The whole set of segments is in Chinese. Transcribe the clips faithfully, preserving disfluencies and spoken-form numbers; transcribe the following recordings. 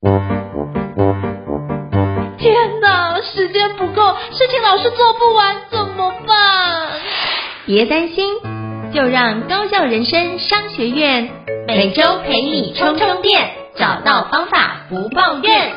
天哪，时间不够，事情老是做不完，怎么办？ 别担心，就让高效人生商学院每周陪你充充电，找到方法不抱怨。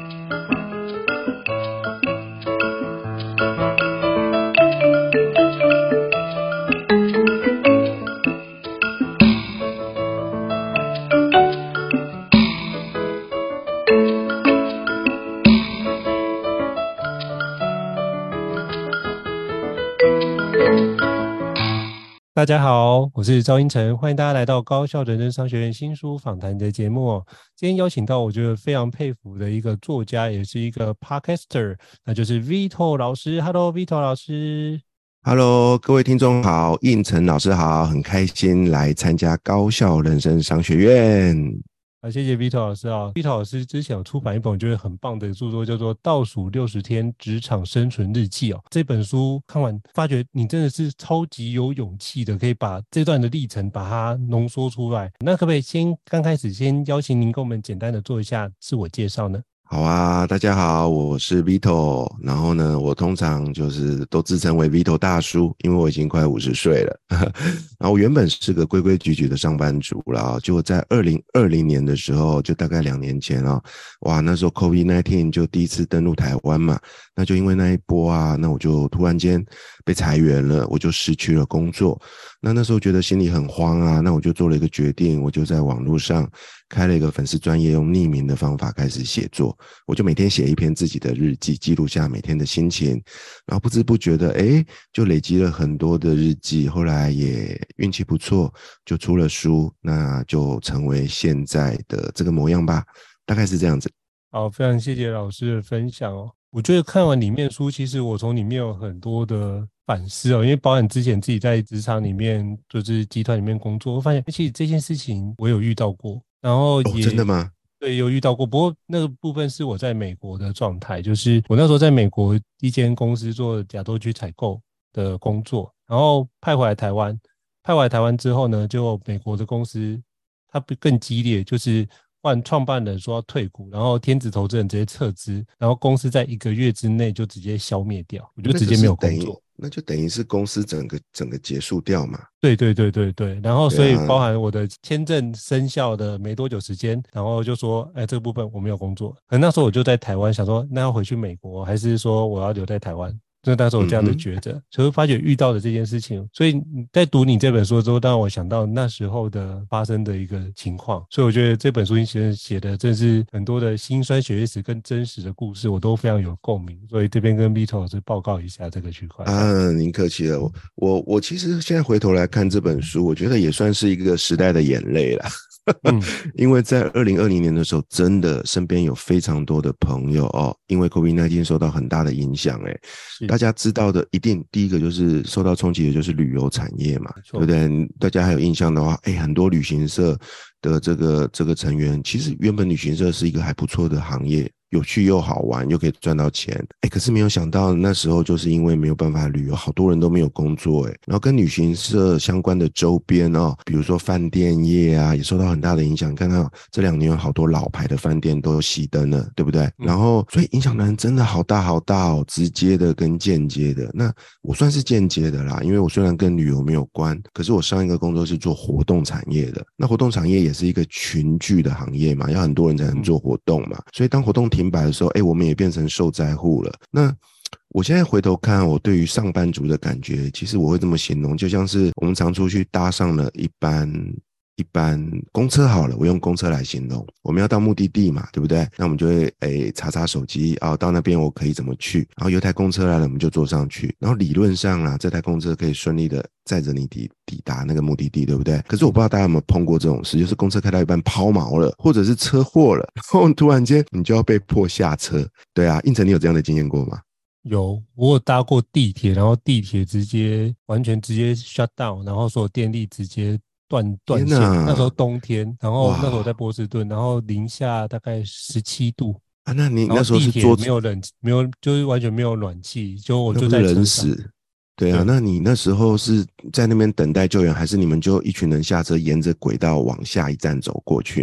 大家好，我是赵英成，欢迎大家来到高效人生商学院新书访谈的节目哦。今天邀请到我觉得非常佩服的一个作家，也是一个 podcaster， 那就是 Vito 老师。Hello Vito 老师。 Hello， 各位听众好，应成老师好，很开心来参加高效人生商学院。 啊，谢谢 Vito 老师啊。Vito 老师之前有出版一本我觉得很棒的著作，叫做《倒数六十天职场生存日记》哦。这本书看完，发觉你真的是超级有勇气的，可以把这段的历程把它浓缩出来。那可不可以先刚开始先邀请您跟我们简单的做一下自我介绍呢？ 好啊，大家好，我是 Vito， 然后呢，我通常就是都自称为 Vito 大叔，因为我已经快五十岁了。然后我原本是个规规矩矩的上班族啦，结果在二零二零年的时候，就大概两年前啊，哇，那时候 COVID 十九 就第一次登陆台湾嘛，那就因为那一波啊，那我就突然间被裁员了，我就失去了工作。那那时候觉得心里很慌啊，那我就做了一个决定，我就在网络上开了一个粉丝专页，用匿名的方法开始写作。我就每天写一篇自己的日记，记录下每天的心情，然后不知不觉的诶就累积了很多的日记，后来也运气不错，就出了书，那就成为现在的这个模样吧，大概是这样子。 好，非常谢谢老师的分享哦。我觉得看完里面书，其实我从里面有很多的反思哦，因为包含之前自己在职场里面，就是集团里面工作，我发现其实这件事情我有遇到过，然后也、 哦、真的吗？ 对，有遇到过，不过那个部分是我在美国的状态，就是我那时候在美国一间公司做亚洲区采购的工作，然后派回来台湾，派回来台湾之后呢，就美国的公司它更激烈，就是换创办人说要退股，然后天使投资人直接撤资，然后公司在一个月之内就直接消灭掉，我就直接没有工作。 那就等于是公司整个整个结束掉嘛。 对对对对对，然后所以包含我的签证生效的没多久时间，然后就说哎，这个部分我没有工作。可能那时候我就在台湾想说，那要回去美国还是说我要留在台湾，就那时候有这样的抉择、嗯、所以发觉遇到的这件事情，所以在读你这本书之后，当然我想到那时候的发生的一个情况，所以我觉得这本书其实写的真是很多的辛酸血泪史跟真实的故事，我都非常有共鸣，所以这边跟 Vito 老师报告一下这个区块啊。您客气了，我我我其实现在回头来看这本书，我觉得也算是一个时代的眼泪啦。嗯、因为在二零二零年的时候，真的身边有非常多的朋友哦，因为 COVID 十九 受到很大的影响，诶，大家知道的一定第一个就是受到冲击的就是旅游产业嘛，对不对？大家还有印象的话，诶，很多旅行社的这个这个成员，其实原本旅行社是一个还不错的行业，有趣又好玩，又可以赚到钱，哎，可是没有想到那时候就是因为没有办法旅游，好多人都没有工作，哎，然后跟旅行社相关的周边哦，比如说饭店业啊，也受到很大的影响。你看到这两年有好多老牌的饭店都熄灯了，对不对？嗯、然后所以影响的人真的好大好大哦，直接的跟间接的。那我算是间接的啦，因为我虽然跟旅游没有关，可是我上一个工作是做活动产业的，那活动产业也是一个群聚的行业嘛，要很多人才能做活动嘛，所以当活动停摆的时候，哎，我们也变成受灾户了。那我现在回头看，我对于上班族的感觉，其实我会这么形容，就像是我们常出去搭上了一班一般公车好了，我用公车来形容，我们要到目的地嘛，对不对？那我们就会诶查查手机哦，到那边我可以怎么去，然后有台公车来了我们就坐上去，然后理论上啦，这台公车可以顺利的载着你抵抵达那个目的地，对不对？可是我不知道大家有没有碰过这种事，就是公车开到一半抛锚了，或者是车祸了，然后突然间你就要被迫下车。对啊，应成你有这样的经验过吗？ 有，我有搭过地铁，然后地铁直接完全直接 shut down， 然后所有电力直接断断线。那时候冬天，然后那时候我在波士顿，然后零下大概十七度啊。那你那时候是坐没有冷，没有，就是完全没有暖气，就我就在车上。 冷死。对啊，对，那你那时候是在那边等待救援，还是你们就一群人下车沿着轨道往下一站走过去呢？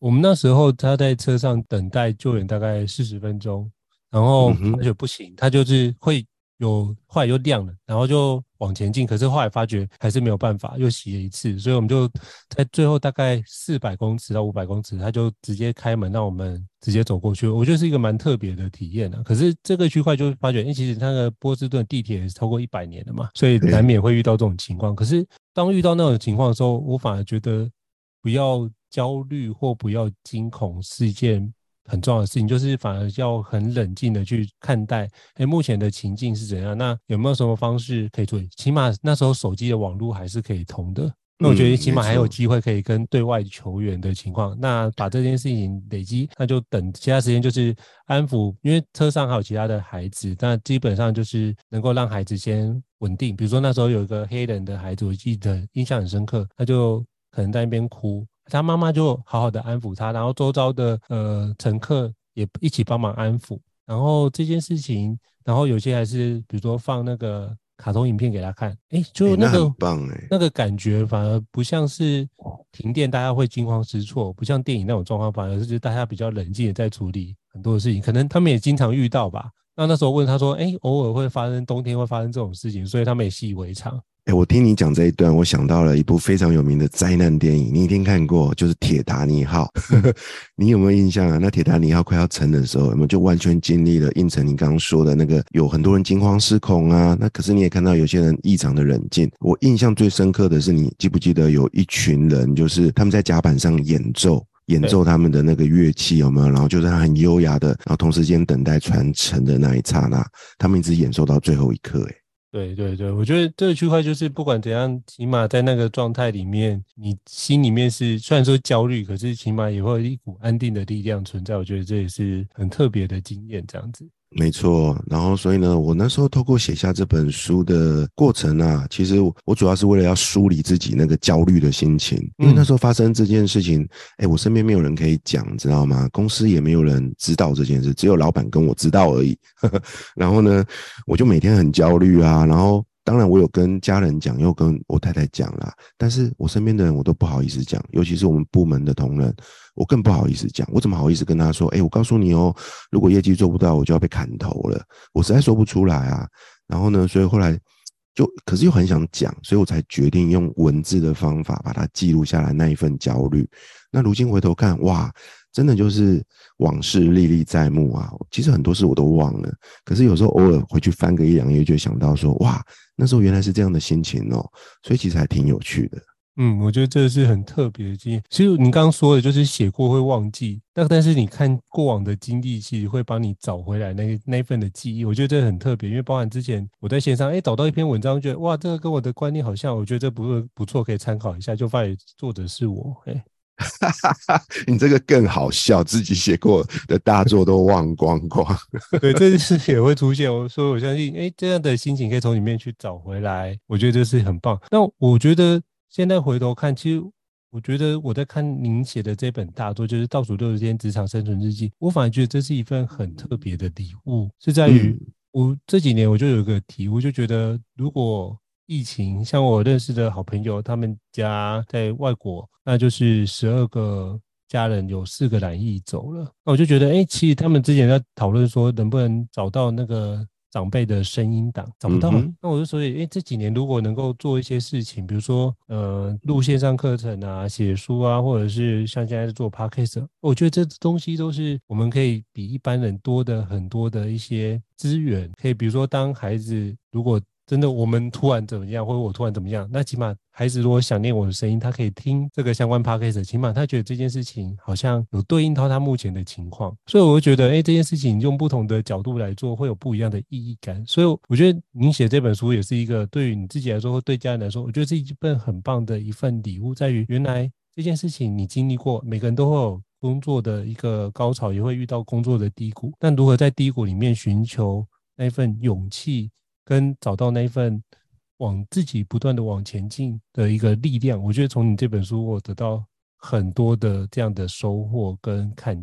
我们那时候他在车上等待救援大概四十分钟，然后他觉得不行，他就是会有后来又亮了，然后就往前进，可是后来发觉还是没有办法，又洗了一次，所以我们就在最后大概四百公尺到五百公尺，他就直接开门让我们直接走过去。我觉得是一个蛮特别的体验啊。可是这个区块就发觉，因为其实那个波士顿地铁也是超过一百年了嘛，所以难免会遇到这种情况。可是当遇到那种情况的时候，我反而觉得不要焦虑或不要惊恐是一件很重要的事情，就是反而要很冷静的去看待，哎，目前的情境是怎样？那有没有什么方式可以处理？起码那时候手机的网络还是可以通的，那我觉得起码还有机会可以跟对外求援的情况。那把这件事情累积，那就等其他时间就是安抚，因为车上还有其他的孩子，那基本上就是能够让孩子先稳定。比如说那时候有一个黑人的孩子，我记得印象很深刻，他就可能在那边哭。他妈妈就好好的安抚他，然后周遭的呃乘客也一起帮忙安抚，然后这件事情，然后有些还是比如说放那个卡通影片给他看，哎，就那个、欸、 那很棒哎、欸， 那个感觉反而不像是停电大家会惊慌失措，不像电影那种状况，反而是大家比较冷静的在处理很多的事情，可能他们也经常遇到吧。那那时候问他说，哎，偶尔会发生冬天会发生这种事情，所以他们也习以为常。 欸，我听你讲这一段，我想到了一部非常有名的灾难电影，你一定看过，就是铁达尼号。你有没有印象啊？那铁达尼号快要沉的时候，我们就完全经历了应承你刚刚说的那个，有很多人惊慌失恐啊。那可是你也看到有些人异常的冷静。我印象最深刻的是，你记不记得有一群人，就是他们在甲板上演奏。演奏他们的那个乐器有没有？然后就是他很优雅的，然后同时间等待传承的那一刹那，他们一直演奏到最后一刻。欸， 对对对，我觉得这个区块就是不管怎样，起码在那个状态里面，你心里面是虽然说焦虑，可是起码也会有一股安定的力量存在。我觉得这也是很特别的经验，这样子。 没错，然后所以呢，我那时候透过写下这本书的过程啊，其实我主要是为了要梳理自己那个焦虑的心情，因为那时候发生这件事情，哎，我身边没有人可以讲，知道吗？公司也没有人知道这件事，只有老板跟我知道而已。然后呢，我就每天很焦虑啊，然后当然我有跟家人讲，又跟我太太讲啦，但是我身边的人我都不好意思讲，尤其是我们部门的同仁，我更不好意思讲。我怎么好意思跟他说，诶，我告诉你哦，如果业绩做不到，我就要被砍头了，我实在说不出来啊。然后呢，所以后来就可是又很想讲，所以我才决定用文字的方法把它记录下来，那一份焦虑。那如今回头看，哇，真的就是往事历历在目啊。其实很多事我都忘了，可是有时候偶尔回去翻个一两页，就想到说，哇，那时候原来是这样的心情哦，所以其实还挺有趣的。 嗯，我觉得这是很特别的经验。其实你刚刚说的就是写过会忘记，那但是你看过往的经历，其实会帮你找回来那那份的记忆。我觉得这很特别，因为包含之前我在线上哎找到一篇文章，觉得哇，这个跟我的观念好像，我觉得这不不错，可以参考一下，就发现作者是我。哎， 你这个更好笑，自己写过的大作都忘光光。 对，这件事情也会出现。我说我相信，哎，这样的心情可以从里面去找回来，我觉得这是很棒。那我觉得现在回头看，其实我觉得我在看您写的这本大作，就是《倒数六十天职场生存日记》，我反而觉得这是一份很特别的礼物，是在于、嗯、我这几年我就有一个体悟，就觉得如果疫情，像我认识的好朋友，他们家在外国，那就是十二个家人有四个染疫走了，那我就觉得，哎，其实他们之前在讨论说，能不能找到那个长辈的声音档，找不到、啊嗯、那我就说，哎，这几年如果能够做一些事情，比如说呃录线上课程啊，写书啊，或者是像现在做 podcast， 我觉得这东西都是我们可以比一般人多的很多的一些资源，可以比如说当孩子如果真的我们突然怎么样，或者我突然怎么样，那起码孩子如果想念我的声音，他可以听这个相关 podcast， 起码他觉得这件事情好像有对应到他目前的情况，所以我会觉得，哎，这件事情用不同的角度来做，会有不一样的意义感。所以我觉得您写这本书也是一个对于你自己来说，或对家人来说，我觉得是一份很棒的一份礼物，在于原来这件事情你经历过，每个人都会有工作的一个高潮，也会遇到工作的低谷，但如何在低谷里面寻求那份勇气，跟找到那一份往自己不断的往前进的一个力量，我觉得从你这本书我得到很多的这样的收获跟看见，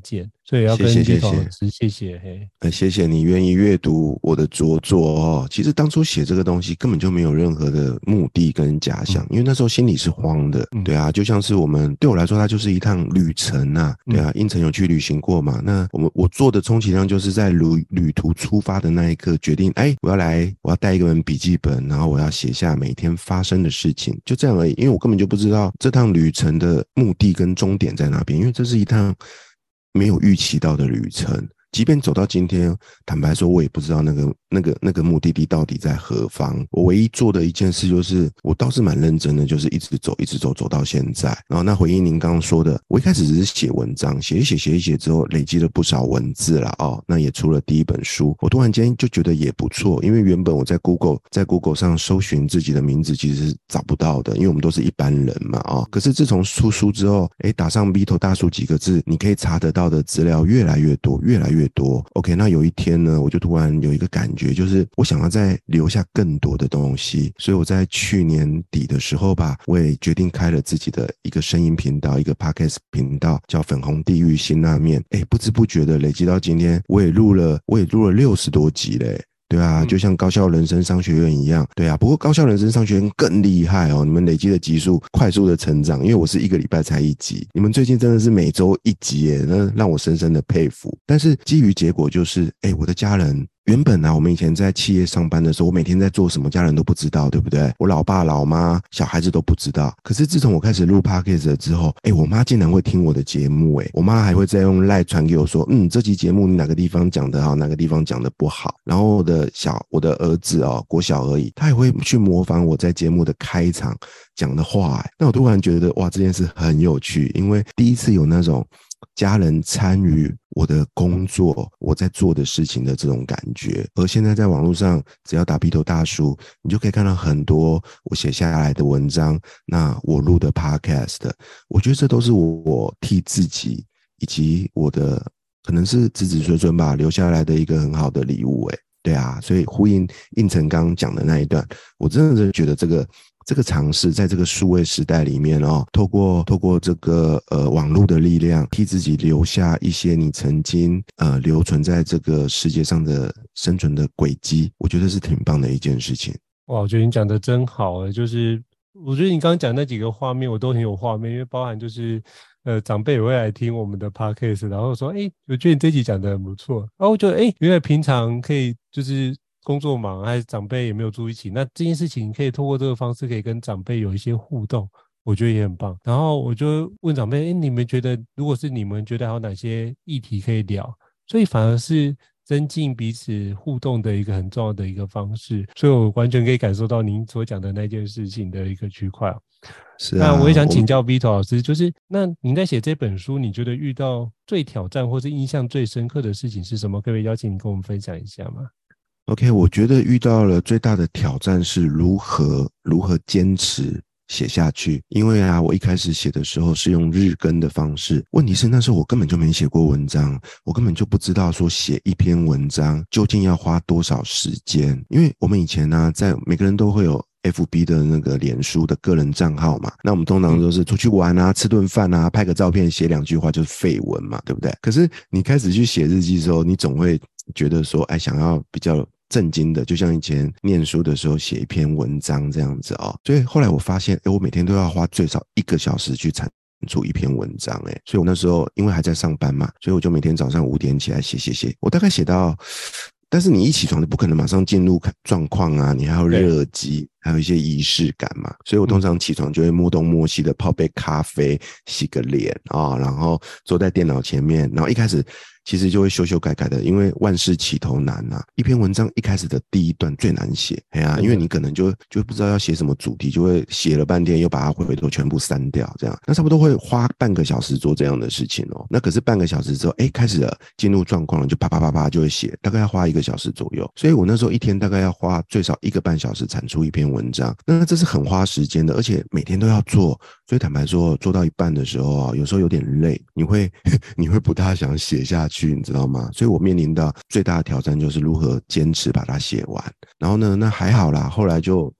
所以要跟谢谢 Vito老师谢谢。嘿， 呃，谢谢你愿意阅读我的着作哦。其实当初写这个东西根本就没有任何的目的跟假想，嗯、因为那时候心里是慌的。嗯、对啊，就像是我们对我来说，它就是一趟旅程啊。嗯、对啊，应成有去旅行过嘛？那我们我做的充其量就是在旅旅途出发的那一刻决定，哎，我要来，我要带一个本笔记本，然后我要写下每天发生的事情，就这样而已。因为我根本就不知道这趟旅程的目的跟终点在哪边，因为这是一趟没有预期到的旅程。即便走到今天，坦白说我也不知道那个那个那个目的地到底在何方。我唯一做的一件事就是，我倒是蛮认真的，就是一直走一直走走到现在。然后那回应您刚刚说的，我一开始只是写文章，写一写写一写之后累积了不少文字啦哦，那也出了第一本书。我突然间就觉得也不错，因为原本我在 Google 在 Google 上搜寻自己的名字其实是找不到的，因为我们都是一般人嘛哦。可是自从出书之后，诶打上 Vito 大叔几个字，你可以查得到的资料越来越多越来越多。 OK， 那有一天呢，我就突然有一个感觉，就是我想要再留下更多的东西，所以我在去年底的时候吧，我也决定开了自己的一个声音频道，一个 Podcast 频道，叫粉红地狱辛辣面。诶不知不觉的累积到今天，我也录了我也录了六十多集嘞。对啊，就像高效人生商学院一样，对啊，不过高效人生商学院更厉害哦，你们累积的集数快速的成长，因为我是一个礼拜才一集，你们最近真的是每周一集耶，那让我深深的佩服。但是基于结果就是，诶我的家人原本啊，我们以前在企业上班的时候，我每天在做什么，家人都不知道，对不对？我老爸、老妈、小孩子都不知道。可是自从我开始录 Podcast 之后，诶我妈竟然会听我的节目，诶我妈还会再用 LINE 传给我说，嗯，这期节目你哪个地方讲得好，哪个地方讲得不好。然后我的小我的儿子哦，国小而已，他也会去模仿我在节目的开场讲的话，诶那我突然觉得哇，这件事很有趣，因为第一次有那种家人参与我的工作，我在做的事情的这种感觉。而现在在网络上只要打 Vito 大叔，你就可以看到很多我写下来的文章，那我录的 podcast， 我觉得这都是我替自己以及我的可能是子子孙孙吧留下来的一个很好的礼物。诶对啊，所以呼应应成刚刚讲的那一段，我真的是觉得这个这个尝试在这个数位时代里面哦，透过透过这个呃网络的力量，替自己留下一些你曾经呃留存在这个世界上的生存的轨迹，我觉得是挺棒的一件事情。 哇，我觉得你讲的真好诶，就是我觉得你刚刚讲那几个画面我都很有画面，因为包含就是呃长辈也会来听我们的 podcast， 然后说诶我觉得你这集讲得很不错，然后我觉得诶原来平常可以就是工作忙还是长辈也没有住一起，那这件事情可以透过这个方式可以跟长辈有一些互动，我觉得也很棒。然后我就问长辈，诶你们觉得如果是你们觉得还有哪些议题可以聊，所以反而是增进彼此互动的一个很重要的一个方式，所以我完全可以感受到您所讲的那件事情的一个区块。 是啊， 那我也想请教 Vito 老师，就是那您在写这本书，你觉得遇到最挑战或是印象最深刻的事情是什么？可不可以邀请你跟我们分享一下吗？ OK， 我觉得遇到了最大的挑战是如何如何坚持写下去。因为啊，我一开始写的时候是用日更的方式，问题是那时候我根本就没写过文章，我根本就不知道说写一篇文章究竟要花多少时间。因为我们以前呢、啊，在每个人都会有F B 的那个脸书的个人账号嘛，那我们通常都是出去玩啊，吃顿饭啊，拍个照片，写两句话就是废文嘛，对不对？可是你开始去写日记的时候，你总会觉得说，哎，想要比较正经的，就像以前念书的时候写一篇文章这样子哦。所以后来我发现，哎，我每天都要花最少一个小时去产出一篇文章，哎，所以我那时候因为还在上班嘛，所以我就每天早上五点起来写写写，我大概写到。但是你一起床，你不可能马上进入状况啊，你还要热机，还有一些仪式感嘛。所以我通常起床就会摸东摸西的泡杯咖啡，洗个脸啊、哦，然后坐在电脑前面，然后一开始其实就会修修改改的，因为万事起头难啊。一篇文章一开始的第一段最难写，哎呀、啊，因为你可能就就不知道要写什么主题，就会写了半天又把它回头全部删掉，这样那差不多会花半个小时做这样的事情哦。那可是半个小时之后，哎，开始了进入状况了，就啪啪啪啪就会写，大概要花一个小时左右。所以我那时候一天大概要花最少一个半小时产出一篇文章，那这是很花时间的，而且每天都要做。所以坦白说，做到一半的时候啊，有时候有点累，你会你会不大想写下去，你知道吗？所以我面临到最大的挑战就是如何坚持把它写完。然后呢，那还好啦，后来就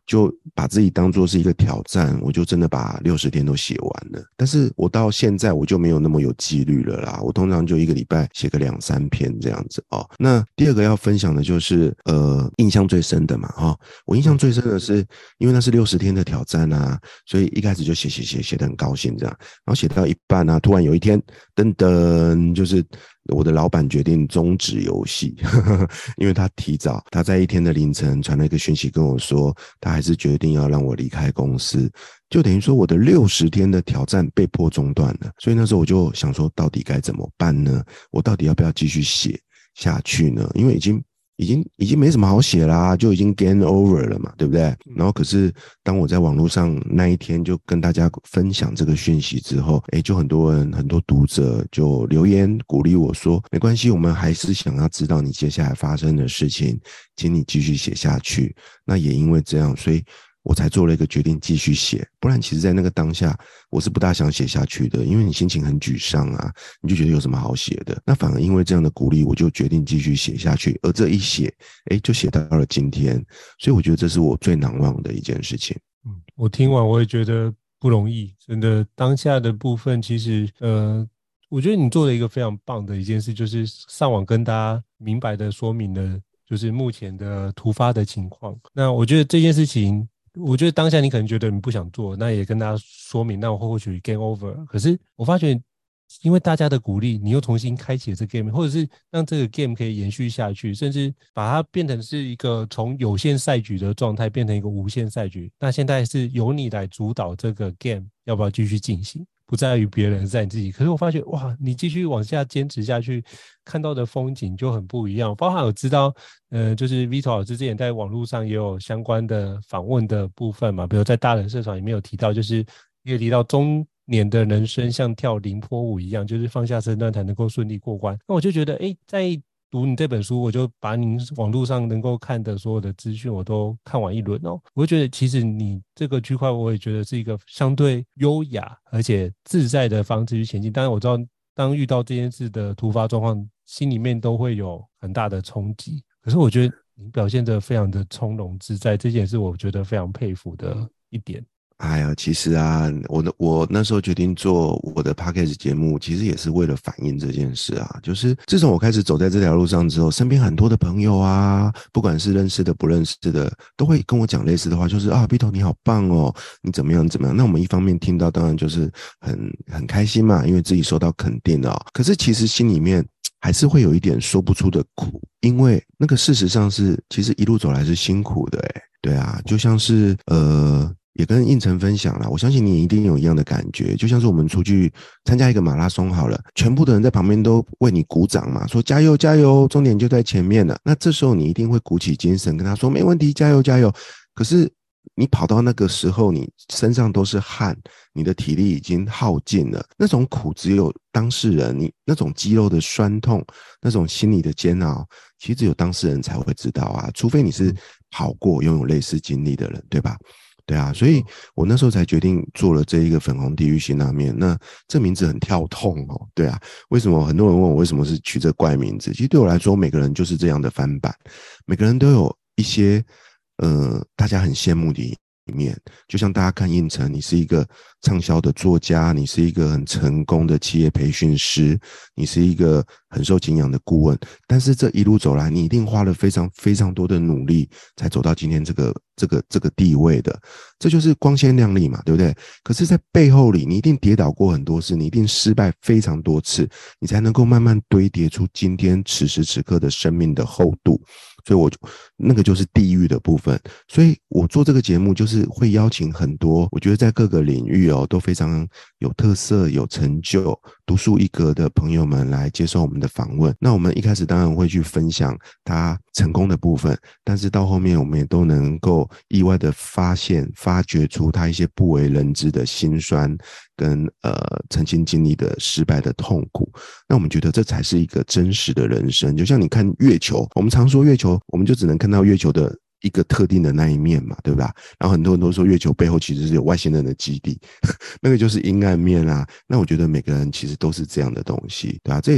就把自己当作是一个挑战，我就真的把六十天都写完了。但是我到现在我就没有那么有纪律了啦，我通常就一个礼拜写个两三篇这样子哦。那第二个要分享的就是呃印象最深的嘛哈、哦，我印象最深的是因为那是六十天的挑战啊，所以一开始就写写写写得很高兴这样，然后写到一半啊，突然有一天噔噔就是我的老板决定终止游戏因为他提早他在一天的凌晨传了一个讯息跟我说他还是决定要让我离开公司，就等于说我的六十天的挑战被迫中断了。所以那时候我就想说到底该怎么办呢，我到底要不要继续写下去呢，因为已经已经已经没什么好写啦，就已经 game over 了嘛，对不对？然后可是当我在网络上那一天就跟大家分享这个讯息之后，诶，就很多人很多读者就留言鼓励我说没关系，我们还是想要知道你接下来发生的事情，请你继续写下去。那也因为这样，所以我才做了一个决定继续写，不然其实在那个当下我是不大想写下去的，因为你心情很沮丧啊，你就觉得有什么好写的，那反而因为这样的鼓励我就决定继续写下去，而这一写诶就写到了今天，所以我觉得这是我最难忘的一件事情。 嗯，我听完我也觉得不容易，真的当下的部分其实呃我觉得你做了一个非常棒的一件事，就是上网跟大家明白的说明了就是目前的突发的情况。那我觉得这件事情我觉得当下你可能觉得你不想做，那也跟大家说明，那我或许 game over。可是我发觉，因为大家的鼓励，你又重新开启了这个 game， 或者是让这个 game 可以延续下去，甚至把它变成是一个从有限赛局的状态变成一个无限赛局。那现在是由你来主导这个 game 要不要继续进行，不在于别人，在你自己。可是我发觉哇，你继续往下坚持下去，看到的风景就很不一样。包含我知道呃，就是 Vito 老师之前在网络上也有相关的访问的部分嘛，比如在大人社团里面有提到，就是也提到中年的人生像跳凌波舞一样，就是放下身段才能够顺利过关。那我就觉得诶，在读你这本书，我就把你网络上能够看的所有的资讯我都看完一轮哦。我就觉得其实你这个区块我也觉得是一个相对优雅而且自在的方式去前进。当然我知道当遇到这件事的突发状况，心里面都会有很大的冲击，可是我觉得你表现得非常的从容自在，这件事我觉得非常佩服的一点。 哎呀，其实啊，我我那时候决定做我的 podcast 节目，其实也是为了反映这件事啊。就是自从我开始走在这条路上之后，身边很多的朋友啊，不管是认识的不认识的，都会跟我讲类似的话，就是啊 Vito 你好棒哦，你怎么样怎么样。那我们一方面听到当然就是很很开心嘛，因为自己受到肯定了、哦、可是其实心里面还是会有一点说不出的苦，因为那个事实上是其实一路走来是辛苦的诶。对啊，就像是呃也跟应成分享啦，我相信你一定有一样的感觉，就像是我们出去参加一个马拉松好了，全部的人在旁边都为你鼓掌嘛，说加油加油，终点就在前面了。那这时候你一定会鼓起精神跟他说没问题，加油加油。可是你跑到那个时候，你身上都是汗，你的体力已经耗尽了，那种苦只有当事人，你那种肌肉的酸痛，那种心理的煎熬，其实只有当事人才会知道啊，除非你是跑过拥有类似经历的人，对吧？对啊，所以我那时候才决定做了这一个粉红地狱辛拉面。那这名字很跳痛哦，对啊，为什么很多人问我为什么是取这怪名字？其实对我来说，每个人就是这样的翻版，每个人都有一些呃大家很羡慕的一面，就像大家看应成，你是一个畅销的作家，你是一个很成功的企业培训师，你是一个很受敬仰的顾问，但是这一路走来，你一定花了非常非常多的努力，才走到今天这个这个这个地位的，这就是光鲜亮丽嘛，对不对？可是在背后里，你一定跌倒过很多次，你一定失败非常多次，你才能够慢慢堆叠出今天此时此刻的生命的厚度。所以我就那个就是地狱的部分，所以我做这个节目就是会邀请很多我觉得在各个领域哦都非常有特色有成就独树一格的朋友们来接受我们的访问。那我们一开始当然会去分享他成功的部分，但是到后面我们也都能够意外的发现发掘出他一些不为人知的辛酸跟呃曾经经历的失败的痛苦。那我们觉得这才是一个真实的人生，就像你看月球，我们常说月球我们就只能看到月球的一个特定的那一面嘛，对吧？然后很多人都说月球背后其实是有外星人的基地那个就是阴暗面啊。那我觉得每个人其实都是这样的东西，对吧？这也是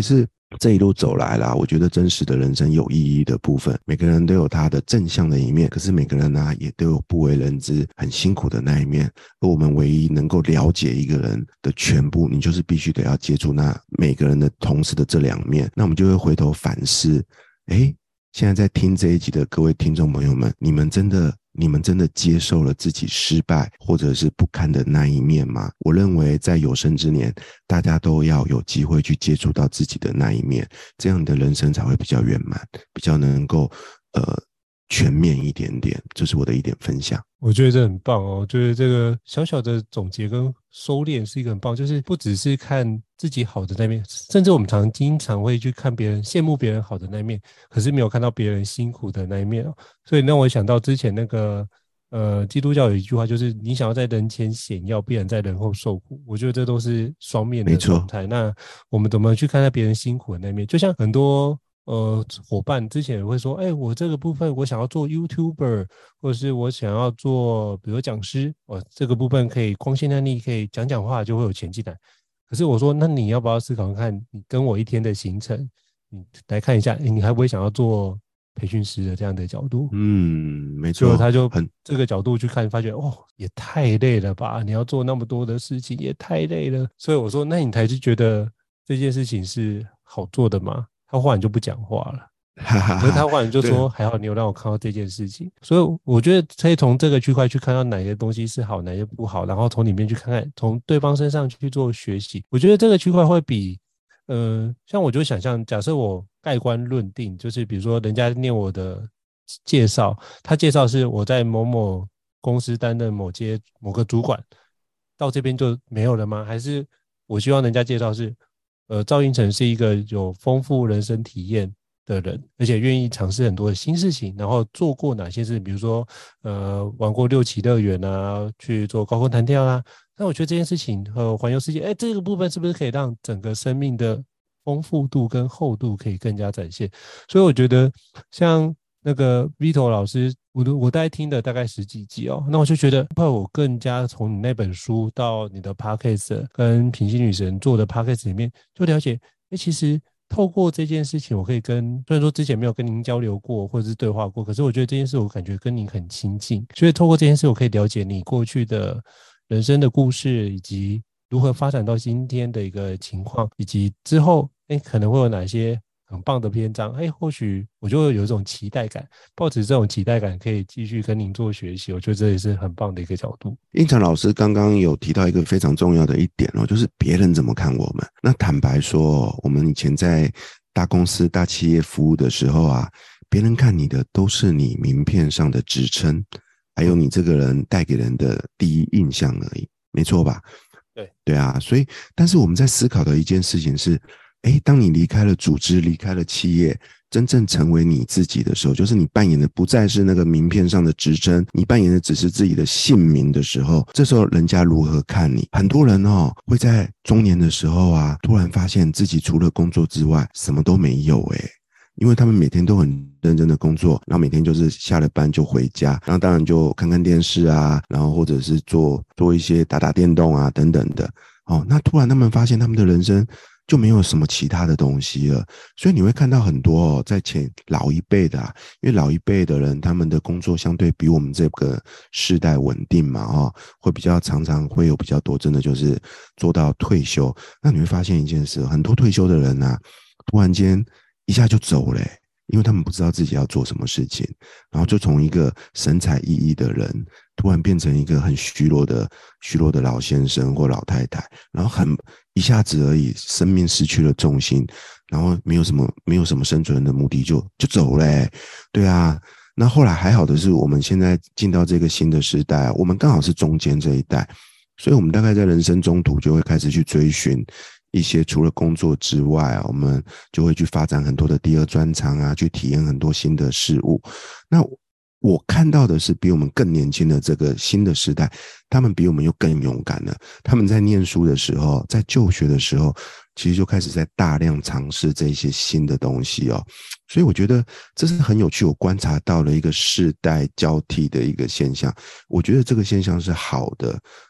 这一路走来啦，我觉得真实的人生有意义的部分，每个人都有他的正向的一面，可是每个人呢、啊、也都有不为人知很辛苦的那一面，而我们唯一能够了解一个人的全部，你就是必须得要接触那每个人的同时的这两面，那我们就会回头反思，诶，现在在听这一集的各位听众朋友们，你们真的你们真的接受了自己失败或者是不堪的那一面吗？我认为在有生之年，大家都要有机会去接触到自己的那一面，这样你的人生才会比较圆满，比较能够呃全面一点点。这是我的一点分享。 我觉得这很棒哦，就是这个小小的总结跟收敛是一个很棒，就是不只是看自己好的那面，甚至我们常经常会去看别人，羡慕别人好的那一面，可是没有看到别人辛苦的那一面哦。所以让我想到之前那个呃基督教有一句话，就是你想要在人前显耀，必然在人后受苦。我觉得这都是双面的状态。那我们怎么去看待别人辛苦的那一面？就像很多呃，伙伴之前也会说，哎，我这个部分我想要做 YouTuber， 或者是我想要做比如讲师，我这个部分可以光鲜亮丽，可以讲讲话就会有钱进来。可是我说，那你要不要思考看，你跟我一天的行程，你来看一下，你还不会想要做培训师的这样的角度？ 嗯，没错， 就他就很这个角度去看，发觉哦，也太累了吧！你要做那么多的事情，也太累了。所以我说，那你才是觉得这件事情是好做的吗？他忽然就不讲话了，可是他忽然就说还好你有让我看到这件事情，所以我觉得可以从这个区块去看到哪些东西是好哪些不好，然后从里面去看看，从对方身上去做学习。我觉得这个区块会比呃，像我就想象假设我盖棺论定，就是比如说人家念我的介绍，他介绍是我在某某公司担任某阶某个主管，到这边就没有了吗？还是我希望人家介绍是呃，赵胤丞是一个有丰富人生体验的人，而且愿意尝试很多的新事情，然后做过哪些事，比如说呃，玩过六旗乐园啊，去做高空弹跳啊。那我觉得这件事情和环游世界，哎，这个部分是不是可以让整个生命的丰富度跟厚度可以更加展现？所以我觉得像那个 Vito 老师，我我大概听了大概十几集哦，那我就觉得我更加从你那本书到你的 Podcast 跟平行女神做的 Podcast 里面就了解，诶，其实透过这件事情，我可以跟虽然说之前没有跟您交流过或者是对话过，可是我觉得这件事我感觉跟您很亲近，所以透过这件事我可以了解你过去的人生的故事，以及如何发展到今天的一个情况，以及之后诶可能会有哪些很棒的篇章，哎，或许我就会有一种期待感，抱持这种期待感可以继续跟您做学习，我觉得这也是很棒的一个角度。 胤丞老师刚刚有提到一个非常重要的一点哦，就是别人怎么看我们。那坦白说，我们以前在大公司大企业服务的时候啊，别人看你的都是你名片上的职称，还有你这个人带给人的第一印象而已，没错吧？ 对对啊，所以但是我们在思考的一件事情是，诶，当你离开了组织，离开了企业，真正成为你自己的时候，就是你扮演的不再是那个名片上的职称，你扮演的只是自己的姓名的时候，这时候人家如何看你？很多人哦，会在中年的时候啊，突然发现自己除了工作之外什么都没有诶，因为他们每天都很认真的工作，然后每天就是下了班就回家，然后当然就看看电视啊，然后或者是做做一些打打电动啊等等的哦，那突然他们发现他们的人生就没有什么其他的东西了，所以你会看到很多哦，在前老一辈的啊，因为老一辈的人他们的工作相对比我们这个世代稳定嘛，哦，会比较常常会有比较多，真的就是做到退休。那你会发现一件事，很多退休的人啊，突然间一下就走了，因为他们不知道自己要做什么事情，然后就从一个神采奕奕的人突然变成一个很虚弱的虚弱的老先生或老太太，然后很一下子而已，生命失去了重心，然后没有什么没有什么生存的目的就就走了。对啊，那后来还好的是我们现在进到这个新的时代，我们刚好是中间这一代，所以我们大概在人生中途就会开始去追寻一些除了工作之外啊，我们就会去发展很多的第二专长啊，去体验很多新的事物。那我看到的是比我们更年轻的这个新的时代，他们比我们又更勇敢了。他们在念书的时候，在就学的时候，其实就开始在大量尝试这些新的东西哦。所以我觉得这是很有趣，我观察到了一个世代交替的一个现象。我觉得这个现象是好的，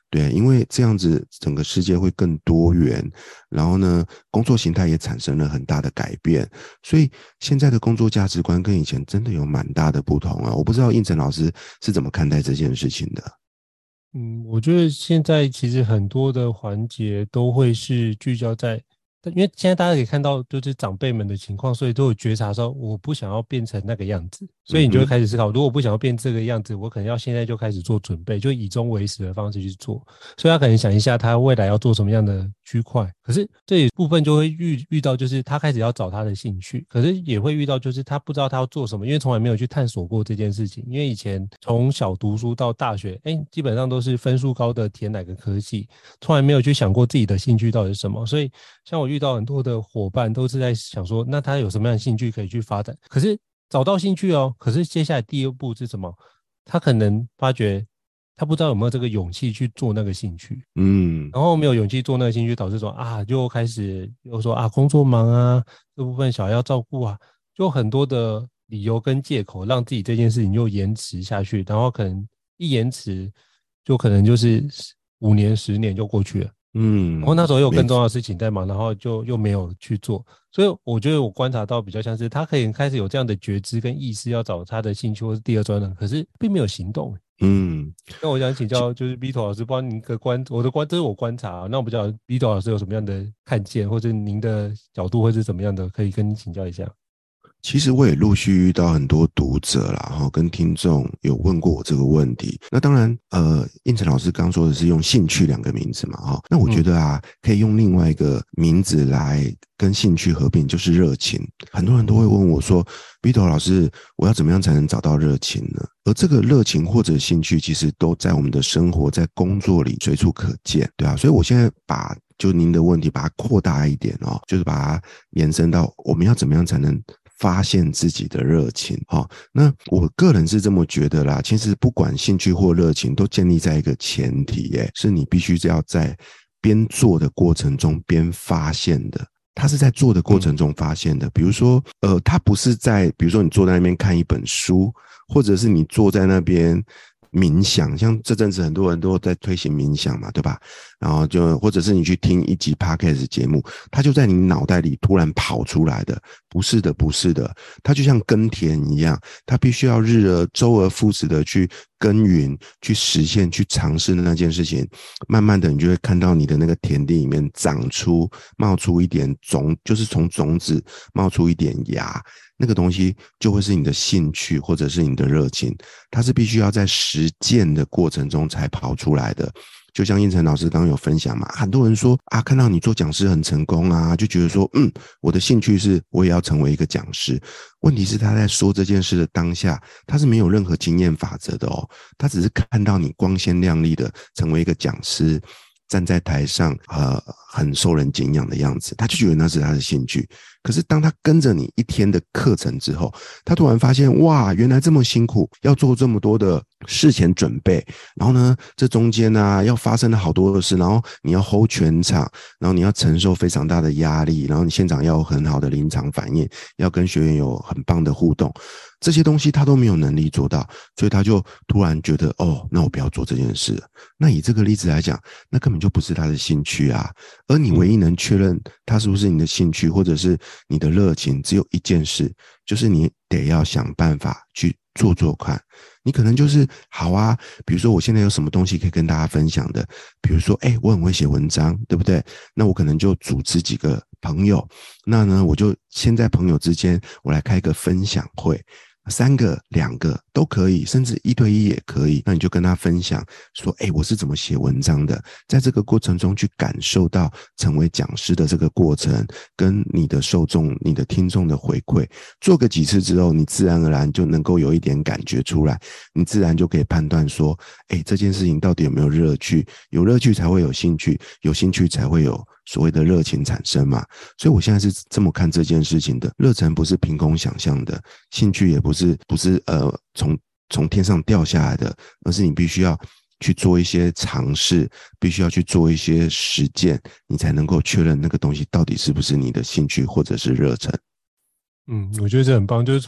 对，因为这样子整个世界会更多元，然后呢，工作形态也产生了很大的改变，所以现在的工作价值观跟以前真的有蛮大的不同啊。我不知道胤丞老师是怎么看待这件事情的。 嗯，我觉得现在其实很多的环节都会是聚焦在，因为现在大家可以看到就是长辈们的情况，所以都有觉察说我不想要变成那个样子，所以你就会开始思考，如果不想要变这个样子，我可能要现在就开始做准备，就以终为始的方式去做。所以他可能想一下他未来要做什么样的区块，可是这一部分就会遇遇到就是他开始要找他的兴趣，可是也会遇到就是他不知道他要做什么，因为从来没有去探索过这件事情。因为以前从小读书到大学，哎，基本上都是分数高的填哪个科系，从来没有去想过自己的兴趣到底是什么。所以像我遇到很多的伙伴都是在想说，那他有什么样的兴趣可以去发展，可是找到兴趣哦，可是接下来第二步是什么？他可能发觉他不知道有没有这个勇气去做那个兴趣，嗯，然后没有勇气做那个兴趣，导致说啊，就开始又说啊，工作忙啊，这部分小孩要照顾啊，就很多的理由跟借口，让自己这件事情又延迟下去，然后可能一延迟，就可能就是五年、十年就过去了。嗯，然后那时候有更重要的事情在忙，然后就又没有去做，所以我觉得我观察到比较像是他可以开始有这样的觉知跟意识，要找他的兴趣或是第二专长，可是并没有行动。嗯，那我想请教就是 Vito 老师，不知道您的观，我的观，这是我观察、啊，那我不知道 Vito 老师有什么样的看见，或者您的角度会是怎么样的，可以跟您请教一下。 其实我也陆续遇到很多读者啦，哈，跟听众有问过我这个问题。那当然，呃，胤丞老师刚说的是用兴趣两个名字嘛，哈，那我觉得啊，可以用另外一个名字来跟兴趣合并，就是热情。很多人都会问我说 ，Vito 老师，我要怎么样才能找到热情呢？而这个热情或者兴趣，其实都在我们的生活、在工作里随处可见，对啊。所以我现在把就您的问题把它扩大一点哦，就是把它延伸到我们要怎么样才能发现自己的热情。好，那我个人是这么觉得啦，其实不管兴趣或热情都建立在一个前提耶，是你必须要在边做的过程中边发现的。他是在做的过程中发现的，比如说呃，他不是在比如说你坐在那边看一本书，或者是你坐在那边冥想，像这阵子很多人都在推行冥想嘛，对吧？然后就或者是你去听一集 podcast 节目，它就在你脑袋里突然跑出来的。不是的，不是的，它就像耕田一样，它必须要日而周而复始的去耕耘，去实现，去尝试那件事情。慢慢的，你就会看到你的那个田地里面长出、冒出一点种，就是从种子冒出一点芽。那个东西就会是你的兴趣或者是你的热情，它是必须要在实践的过程中才跑出来的。就像胤丞老师刚刚有分享嘛，很多人说啊，看到你做讲师很成功啊，就觉得说嗯，我的兴趣是我也要成为一个讲师。问题是他在说这件事的当下，他是没有任何经验法则的哦，他只是看到你光鲜亮丽的成为一个讲师，站在台上呃，很受人敬仰的样子，他就觉得那是他的兴趣。可是当他跟着你一天的课程之后，他突然发现哇，原来这么辛苦，要做这么多的事前准备，然后呢这中间啊要发生了好多的事，然后你要 hold 全场，然后你要承受非常大的压力，然后你现场要有很好的临场反应，要跟学员有很棒的互动，这些东西他都没有能力做到，所以他就突然觉得哦，那我不要做这件事了。那以这个例子来讲，那根本就不是他的兴趣啊。而你唯一能确认他是不是你的兴趣或者是你的热情，只有一件事，就是你得要想办法去做做看。你可能就是好啊，比如说我现在有什么东西可以跟大家分享的，比如说诶我很会写文章，对不对？那我可能就组织几个朋友，那呢我就先在朋友之间我来开一个分享会，三个两个都可以，甚至一对一也可以。那你就跟他分享说诶我是怎么写文章的，在这个过程中去感受到成为讲师的这个过程，跟你的受众你的听众的回馈，做个几次之后，你自然而然就能够有一点感觉出来，你自然就可以判断说诶这件事情到底有没有热趣，有热趣才会有兴趣，有兴趣才会有所谓的热情产生嘛。所以我现在是这么看这件事情的，热忱不是凭空想象的，兴趣也不是不是呃从从天上掉下来的，而是你必须要去做一些尝试，必须要去做一些实践，你才能够确认那个东西到底是不是你的兴趣或者是热忱。 嗯，我觉得这很棒，就是从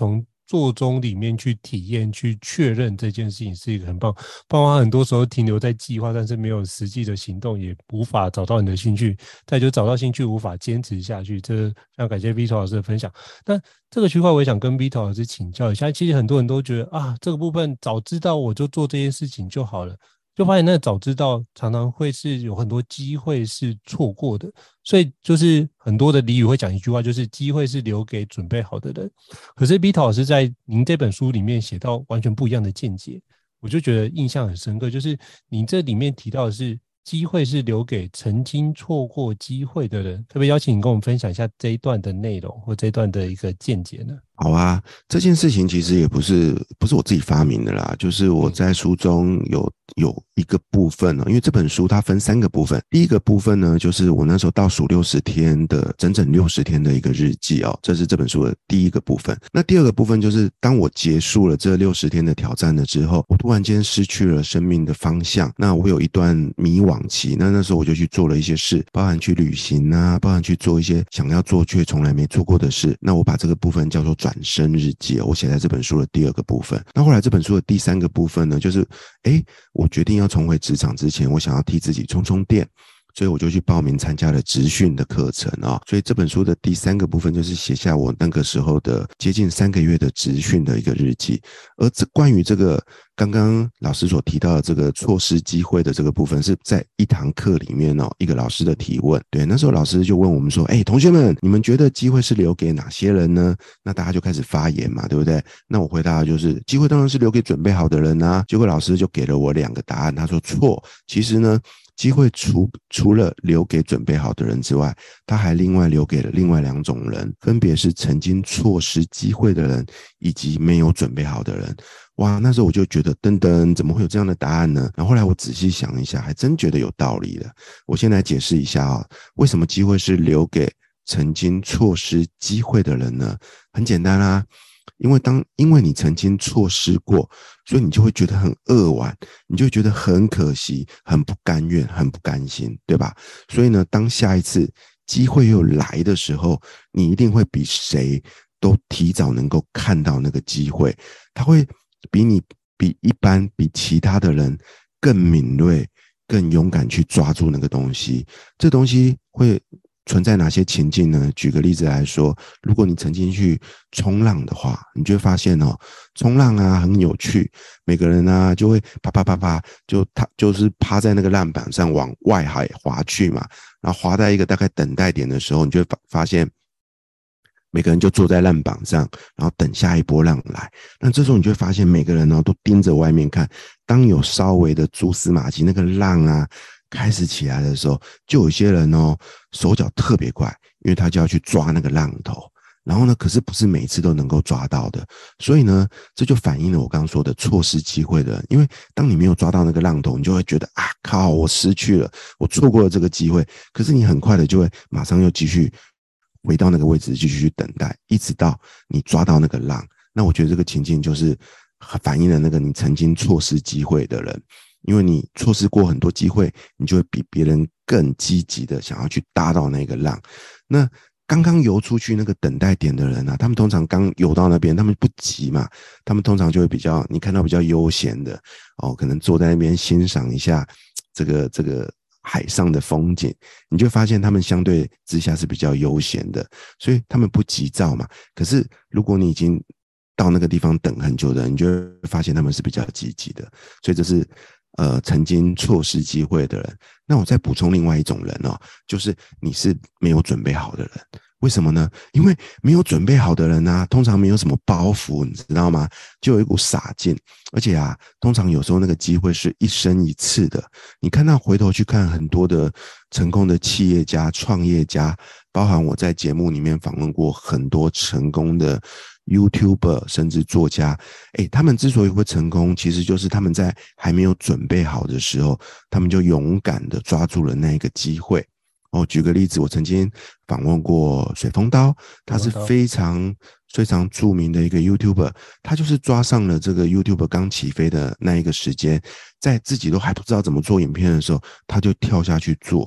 做中里面去体验去确认这件事情是一个很棒，包括很多时候停留在计划但是没有实际的行动，也无法找到你的兴趣，再就找到兴趣无法坚持下去，这非常感谢 Vito 老师的分享。那这个区块我也想跟 Vito 老师请教一下，其实很多人都觉得啊，这个部分早知道我就做这件事情就好了，就发现那早知道常常会是有很多机会是错过的，所以就是很多的俚语会讲一句话，就是机会是留给准备好的人。可是 Vito 老师在您这本书里面写到完全不一样的见解，我就觉得印象很深刻，就是你这里面提到的是机会是留给曾经错过机会的人，可不可以邀请你跟我们分享一下这一段的内容或这一段的一个见解呢？ 好啊，这件事情其实也不是不是我自己发明的啦，就是我在书中有有一个部分哦，因为这本书它分三个部分，第一个部分呢，就是我那时候倒数六十天的整整六十天的一个日记哦，这是这本书的第一个部分。那第二个部分就是当我结束了这六十天的挑战了之后，我突然间失去了生命的方向，那我有一段迷惘期，那那时候我就去做了一些事，包含去旅行啊，包含去做一些想要做却从来没做过的事，那我把这个部分叫做转身日记，我写在这本书的第二个部分。那后来这本书的第三个部分呢，就是诶我决定要重回职场之前，我想要替自己充充电，所以我就去报名参加了职训的课程啊、哦。所以这本书的第三个部分就是写下我那个时候的接近三个月的职训的一个日记。而这关于这个刚刚老师所提到的这个错失机会的这个部分，是在一堂课里面哦，一个老师的提问。对，那时候老师就问我们说，哎，同学们，你们觉得机会是留给哪些人呢？那大家就开始发言嘛，对不对？那我回答的就是机会当然是留给准备好的人啊。结果老师就给了我两个答案，他说错，其实呢机会除除了留给准备好的人之外，他还另外留给了另外两种人，分别是曾经错失机会的人以及没有准备好的人。哇，那时候我就觉得噔噔，怎么会有这样的答案呢？然后后来我仔细想一下，还真觉得有道理了。我先来解释一下啊、哦，为什么机会是留给曾经错失机会的人呢？很简单啦、啊，因为当因为你曾经错失过，所以你就会觉得很扼腕，你就会觉得很可惜，很不甘愿，很不甘心，对吧？所以呢，当下一次机会又来的时候，你一定会比谁都提早能够看到那个机会，他会比你比一般比其他的人更敏锐，更勇敢去抓住那个东西。这东西会存在哪些情境呢？举个例子来说，如果你曾经去冲浪的话，你就会发现哦，冲浪啊很有趣，每个人啊就会啪啪啪啪，就他就是趴在那个浪板上往外海滑去嘛，然后滑在一个大概等待点的时候，你就会发现每个人就坐在浪板上，然后等下一波浪来。那这时候你就会发现每个人呢都盯着外面看，当有稍微的蛛丝马迹，那个浪啊开始起来的时候，就有些人哦手脚特别快，因为他就要去抓那个浪头，然后呢可是不是每次都能够抓到的，所以呢这就反映了我刚刚说的错失机会的人。因为当你没有抓到那个浪头，你就会觉得啊靠，我失去了，我错过了这个机会，可是你很快的就会马上又继续回到那个位置继续去等待，一直到你抓到那个浪。那我觉得这个情境就是反映了那个你曾经错失机会的人，因为你错失过很多机会，你就会比别人更积极的想要去搭到那个浪。那刚刚游出去那个等待点的人啊，他们通常刚游到那边，他们不急嘛，他们通常就会比较，你看到比较悠闲的哦，可能坐在那边欣赏一下这个这个海上的风景，你就发现他们相对之下是比较悠闲的，所以他们不急躁嘛。可是如果你已经到那个地方等很久的人，你就会发现他们是比较积极的。所以这是呃曾经错失机会的人。那我再补充另外一种人哦，就是你是没有准备好的人。为什么呢？因为没有准备好的人啊，通常没有什么包袱，你知道吗？就有一股洒劲，而且啊，通常有时候那个机会是一生一次的。你看到回头去看很多的成功的企业家、创业家，包含我在节目里面访问过很多成功的 YouTuber 甚至作家，诶，他们之所以会成功，其实就是他们在还没有准备好的时候，他们就勇敢的抓住了那一个机会。哦，举个例子，我曾经访问过水风刀，他是非常非常著名的一个 YouTuber， 他就是抓上了这个 YouTuber 刚起飞的那一个时间，在自己都还不知道怎么做影片的时候，他就跳下去做。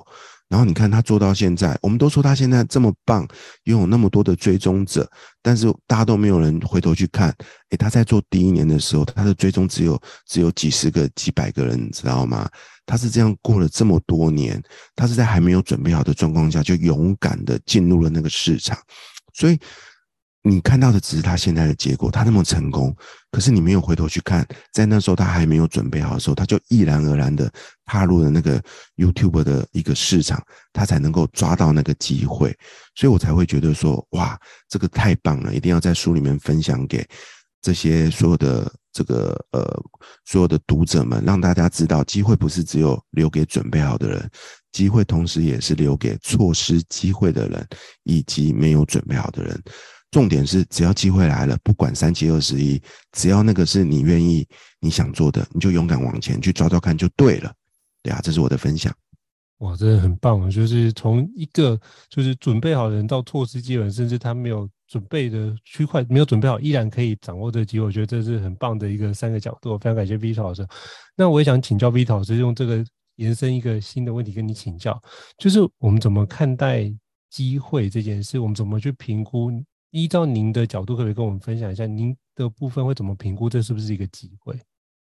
然后你看他做到现在，我们都说他现在这么棒，拥有那么多的追踪者，但是大家都没有人回头去看，诶，他在做第一年的时候，他的追踪只有只有几十个几百个人，你知道吗？他是这样过了这么多年，他是在还没有准备好的状况下就勇敢的进入了那个市场，所以你看到的只是他现在的结果，他那么成功，可是你没有回头去看，在那时候他还没有准备好的时候，他就毅然而然的踏入了那个 YouTube 的一个市场，他才能够抓到那个机会，所以我才会觉得说，哇，这个太棒了，一定要在书里面分享给这些所有的这个呃所有的读者们，让大家知道，机会不是只有留给准备好的人，机会同时也是留给错失机会的人以及没有准备好的人。重点是只要机会来了，不管三七二十一，只要那个是你愿意你想做的，你就勇敢往前去抓抓看就对了。对啊，这是我的分享。 哇，真的很棒，就是从一个就是准备好的人到错失机会，甚至他没有准备的区块没有准备好，依然可以掌握这个机会，我觉得这是很棒的一个三个角度。我非常感谢 Vito 老师。那我也想请教 Vito 老师，用这个延伸一个新的问题跟你请教，就是我们怎么看待机会这件事，我们怎么去评估，依照您的角度可不可以跟我们分享一下您的部分会怎么评估这是不是一个机会？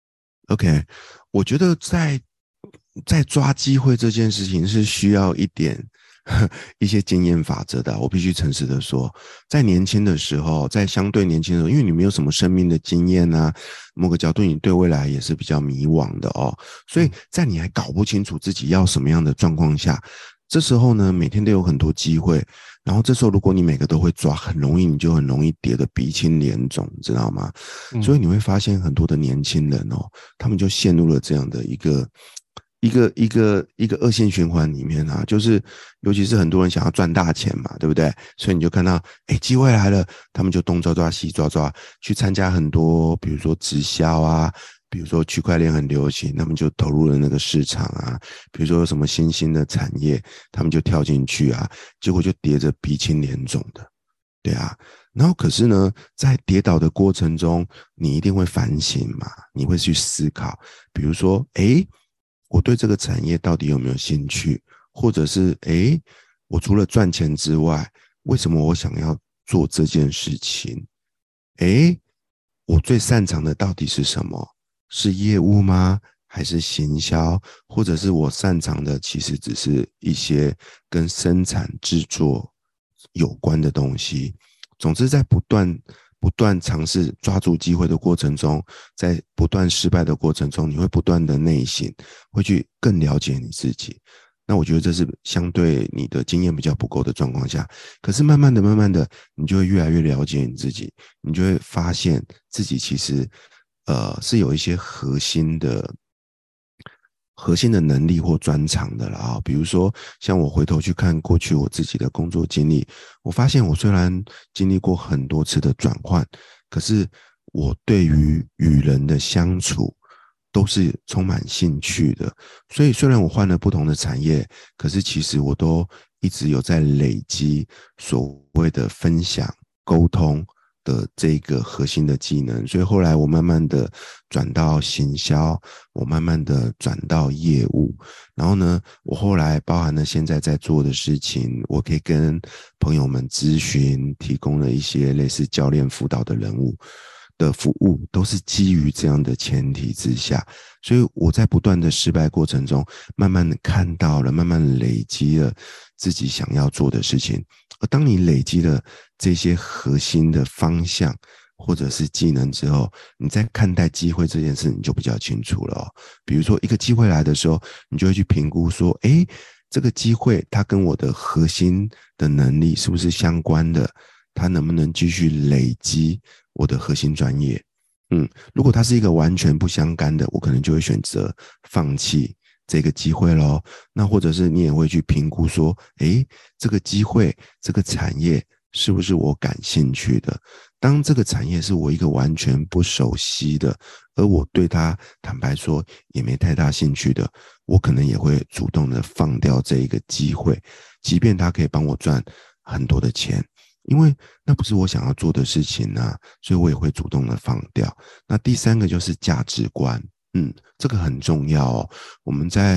OK， 我觉得在在抓机会这件事情是需要一点一些经验法则的，我必须诚实的说，在年轻的时候，在相对年轻的时候，因为你没有什么生命的经验啊，某个角度你对未来也是比较迷惘的哦，所以在你还搞不清楚自己要什么样的状况下，这时候呢，每天都有很多机会，然后这时候如果你每个都会抓，很容易你就很容易跌得鼻青脸肿，知道吗？嗯、所以你会发现很多的年轻人哦，他们就陷入了这样的一个一个一个一个恶性循环里面啊，就是尤其是很多人想要赚大钱嘛，对不对？所以你就看到，哎，机会来了，他们就东抓抓西抓抓，去参加很多，比如说直销啊。比如说区块链很流行，他们就投入了那个市场啊，比如说有什么新兴的产业，他们就跳进去啊，结果就跌着鼻青脸肿的，对啊。然后可是呢，在跌倒的过程中，你一定会反省嘛，你会去思考，比如说，诶，我对这个产业到底有没有兴趣，或者是，诶，我除了赚钱之外，为什么我想要做这件事情？诶，我最擅长的到底是什么？是业务吗？还是行销？或者是我擅长的其实只是一些跟生产制作有关的东西。总之在不断不断尝试抓住机会的过程中，在不断失败的过程中，你会不断的内省，会去更了解你自己。那我觉得这是相对你的经验比较不够的状况下，可是慢慢的慢慢的你就会越来越了解你自己，你就会发现自己其实呃，是有一些核心的核心的能力或专长的啦、哦、比如说像我回头去看过去我自己的工作经历，我发现我虽然经历过很多次的转换，可是我对于与人的相处都是充满兴趣的，所以虽然我换了不同的产业，可是其实我都一直有在累积所谓的分享沟通的这个核心的技能，所以后来我慢慢的转到行销，我慢慢的转到业务，然后呢，我后来包含了现在在做的事情，我可以跟朋友们咨询，提供了一些类似教练辅导的人物的服务，都是基于这样的前提之下，所以我在不断的失败过程中，慢慢的看到了，慢慢的累积了自己想要做的事情。而当你累积了这些核心的方向或者是技能之后，你在看待机会这件事你就比较清楚了哦。比如说一个机会来的时候，你就会去评估说，诶，这个机会它跟我的核心的能力是不是相关的，它能不能继续累积我的核心专业。嗯，如果它是一个完全不相干的，我可能就会选择放弃这个机会咯。那或者是你也会去评估说，诶，这个机会这个产业是不是我感兴趣的，当这个产业是我一个完全不熟悉的，而我对它坦白说也没太大兴趣的，我可能也会主动的放掉这一个机会，即便它可以帮我赚很多的钱，因为那不是我想要做的事情啊，所以我也会主动的放掉。那第三个就是价值观，嗯，这个很重要哦。我们在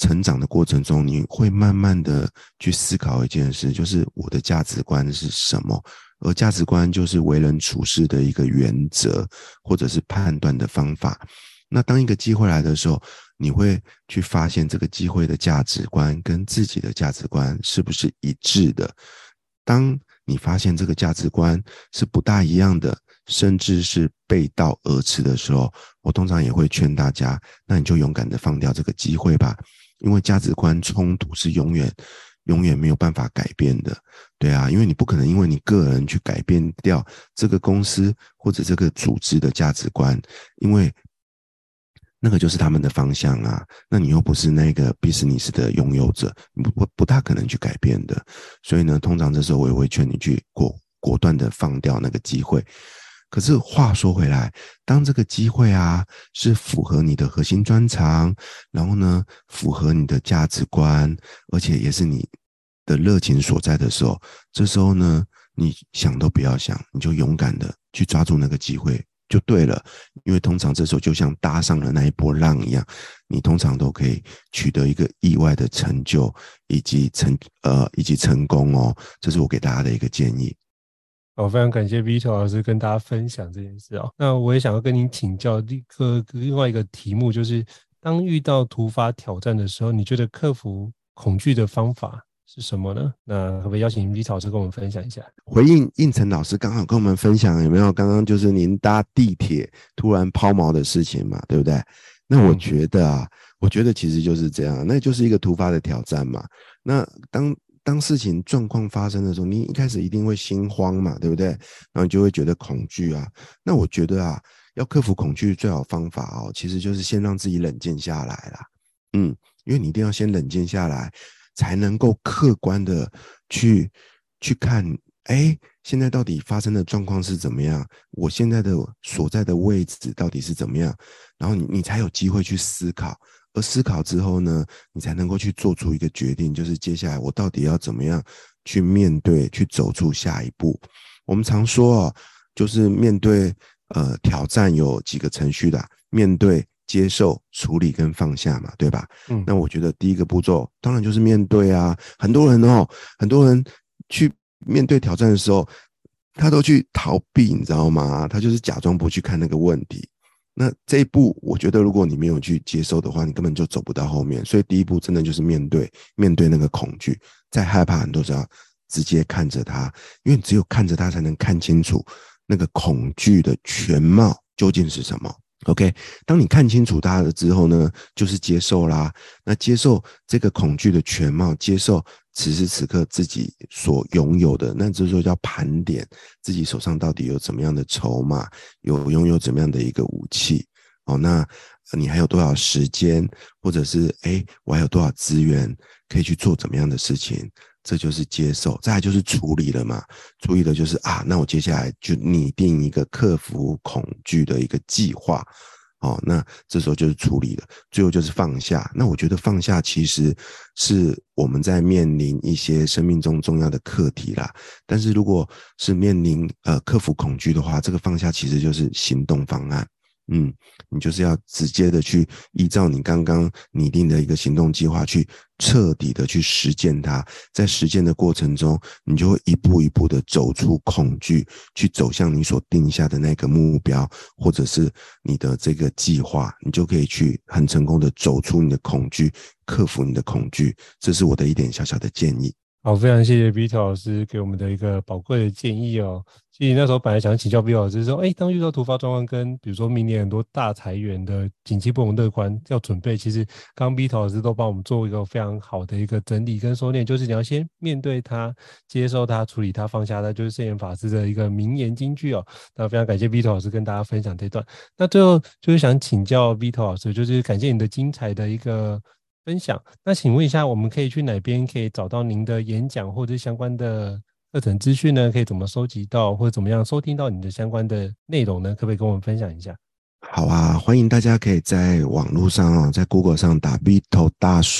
成长的过程中，你会慢慢的去思考一件事，就是我的价值观是什么，而价值观就是为人处事的一个原则，或者是判断的方法。那当一个机会来的时候，你会去发现这个机会的价值观跟自己的价值观是不是一致的。当你发现这个价值观是不大一样的，甚至是背道而驰的时候，我通常也会劝大家，那你就勇敢的放掉这个机会吧，因为价值观冲突是永远永远没有办法改变的。对啊，因为你不可能因为你个人去改变掉这个公司或者这个组织的价值观，因为那个就是他们的方向啊，那你又不是那个 business 的拥有者，不不不大可能去改变的。所以呢，通常这时候我也会劝你去果果断的放掉那个机会。可是话说回来，当这个机会啊是符合你的核心专长，然后呢符合你的价值观，而且也是你的热情所在的时候，这时候呢你想都不要想，你就勇敢的去抓住那个机会就对了。因为通常这时候就像搭上了那一波浪一样，你通常都可以取得一个意外的成就以及成呃以及成功哦，这是我给大家的一个建议。 好，非常感谢 Vito 老师跟大家分享这件事哦。那我也想要跟您请教一个另外一个题目，就是当遇到突发挑战的时候，你觉得克服恐惧的方法是什么呢？那可不可以邀请 Vito 老师跟我们分享一下？ 回应应成老师刚好跟我们分享，有没有刚刚就是您搭地铁突然抛锚的事情嘛，对不对？那我觉得啊、嗯、我觉得其实就是这样，那就是一个突发的挑战嘛。那当当事情状况发生的时候，你一开始一定会心慌嘛，对不对？然后你就会觉得恐惧啊。那我觉得啊，要克服恐惧最好方法哦，其实就是先让自己冷静下来啦。嗯，因为你一定要先冷静下来，才能够客观的去去看，哎，现在到底发生的状况是怎么样？我现在的所在的位置到底是怎么样？然后你你才有机会去思考。而思考之后呢，你才能够去做出一个决定，就是接下来我到底要怎么样去面对，去走出下一步。我们常说哦，就是面对呃挑战有几个程序的，面对、接受、处理跟放下嘛，对吧？嗯，那我觉得第一个步骤当然就是面对啊。很多人哦，很多人去面对挑战的时候，他都去逃避，你知道吗？他就是假装不去看那个问题。那这一步我觉得如果你没有去接受的话，你根本就走不到后面。所以第一步真的就是面对面对那个恐惧，再害怕很多时候直接看着它，因为只有看着它才能看清楚那个恐惧的全貌究竟是什么。 OK， 当你看清楚它了之后呢，就是接受啦。那接受这个恐惧的全貌，接受此时此刻自己所拥有的，那这时候叫盘点自己手上到底有怎么样的筹码，有拥有怎么样的一个武器哦。那你还有多少时间，或者是诶我还有多少资源可以去做怎么样的事情，这就是接受。再来就是处理了嘛，处理的就是啊，那我接下来就拟定一个克服恐惧的一个计划哦，那这时候就是处理了。最后就是放下。那我觉得放下其实是我们在面临一些生命中重要的课题啦。但是如果是面临呃克服恐惧的话，这个放下其实就是行动方案。嗯，你就是要直接的去依照你刚刚拟定的一个行动计划去彻底的去实践它。在实践的过程中，你就会一步一步的走出恐惧，去走向你所定下的那个目标，或者是你的这个计划，你就可以去很成功的走出你的恐惧，克服你的恐惧。这是我的一点小小的建议。 好，非常谢谢 Vito 老师给我们的一个宝贵的建议哦。其实那时候本来想请教 Vito 老师说，哎，当遇到突发状况跟比如说明年很多大裁员的景气不容乐观要准备，其实刚刚 Vito 老师都帮我们做一个非常好的一个整理跟收敛，就是你要先面对它，接受它，处理它，放下它，就是圣严法师的一个名言金句哦。那非常感谢 Vito 老师跟大家分享这段。那最后就是想请教 Vito 老师，就是感谢你的精彩的一个分享。那请问一下，我们可以去哪边可以找到您的演讲或者相关的课程资讯呢？可以怎么收集到，或者怎么样收听到你的相关的内容呢？可不可以跟我们分享一下？ 好啊，欢迎大家可以在网络上哦，在 Google 上打 Vito 大叔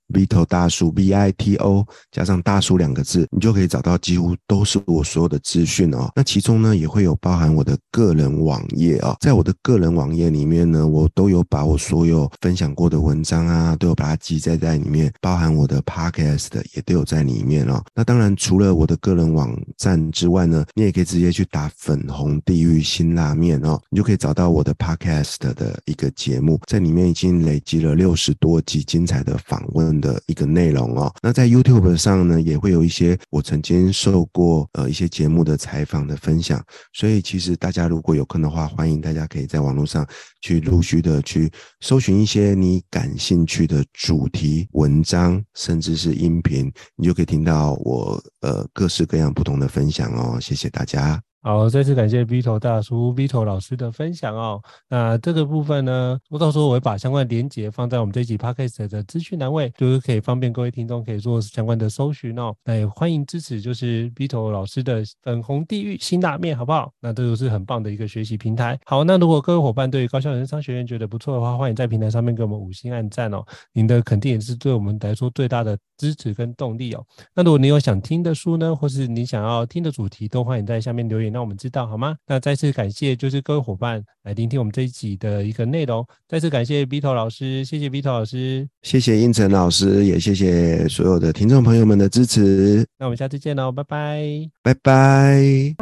Vito 大叔 V I T O 加上大叔两个字，你就可以找到几乎都是我所有的资讯哦。那其中呢也会有包含我的个人网页哦，在我的个人网页里面呢，我都有把我所有分享过的文章啊，都有把它记载在里面，包含我的 podcast 也都有在里面哦。那当然除了我的个人网站之外呢，你也可以直接去打粉红地狱辛辣面哦，你就可以找到我的 podcast 的一个节目，在里面已经累积了六十多集精彩的访问的一个内容哦。那在 YouTube 上呢，也会有一些我曾经受过呃一些节目的采访的分享，所以其实大家如果有空的话，欢迎大家可以在网络上去陆续的去搜寻一些你感兴趣的主题文章，甚至是音频，你就可以听到我呃各式各样不同的分享哦。谢谢大家。 好，再次感谢 Vito 大叔 Vito 老师的分享哦。那这个部分呢，我到时候我会把相关的连结放在我们这一集 Podcast 的资讯栏位，就是可以方便各位听众可以做相关的搜寻哦。那也欢迎支持就是 Vito 老师的粉红地狱辛辣面，好不好？那这个是很棒的一个学习平台。好，那如果各位伙伴对于高效人生商学院觉得不错的话，欢迎在平台上面给我们五星按赞哦。您的肯定也是对我们来说最大的支持跟动力哦。那如果你有想听的书呢，或是你想要听的主题，都欢迎在下面留言让我们知道好吗？那再次感谢就是各位伙伴来聆听我们这一集的一个内容，再次感谢 Vito 老师，谢谢 Vito 老师， 谢谢应成老师，也谢谢所有的听众朋友们的支持。 那我们下次见喽，拜拜， 拜拜。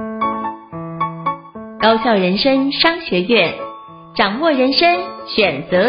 高效人生商学院，掌握人生选择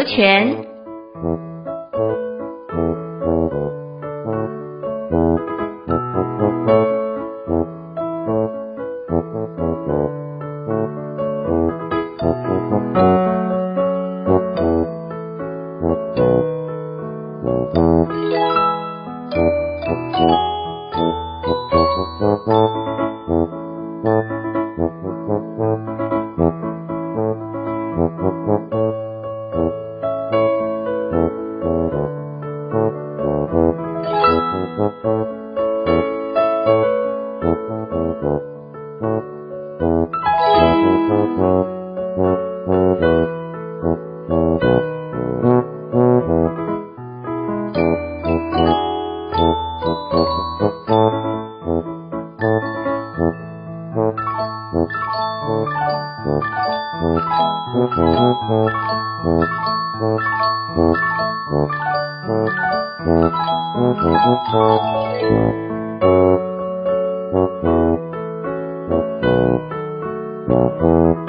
权。Thank you.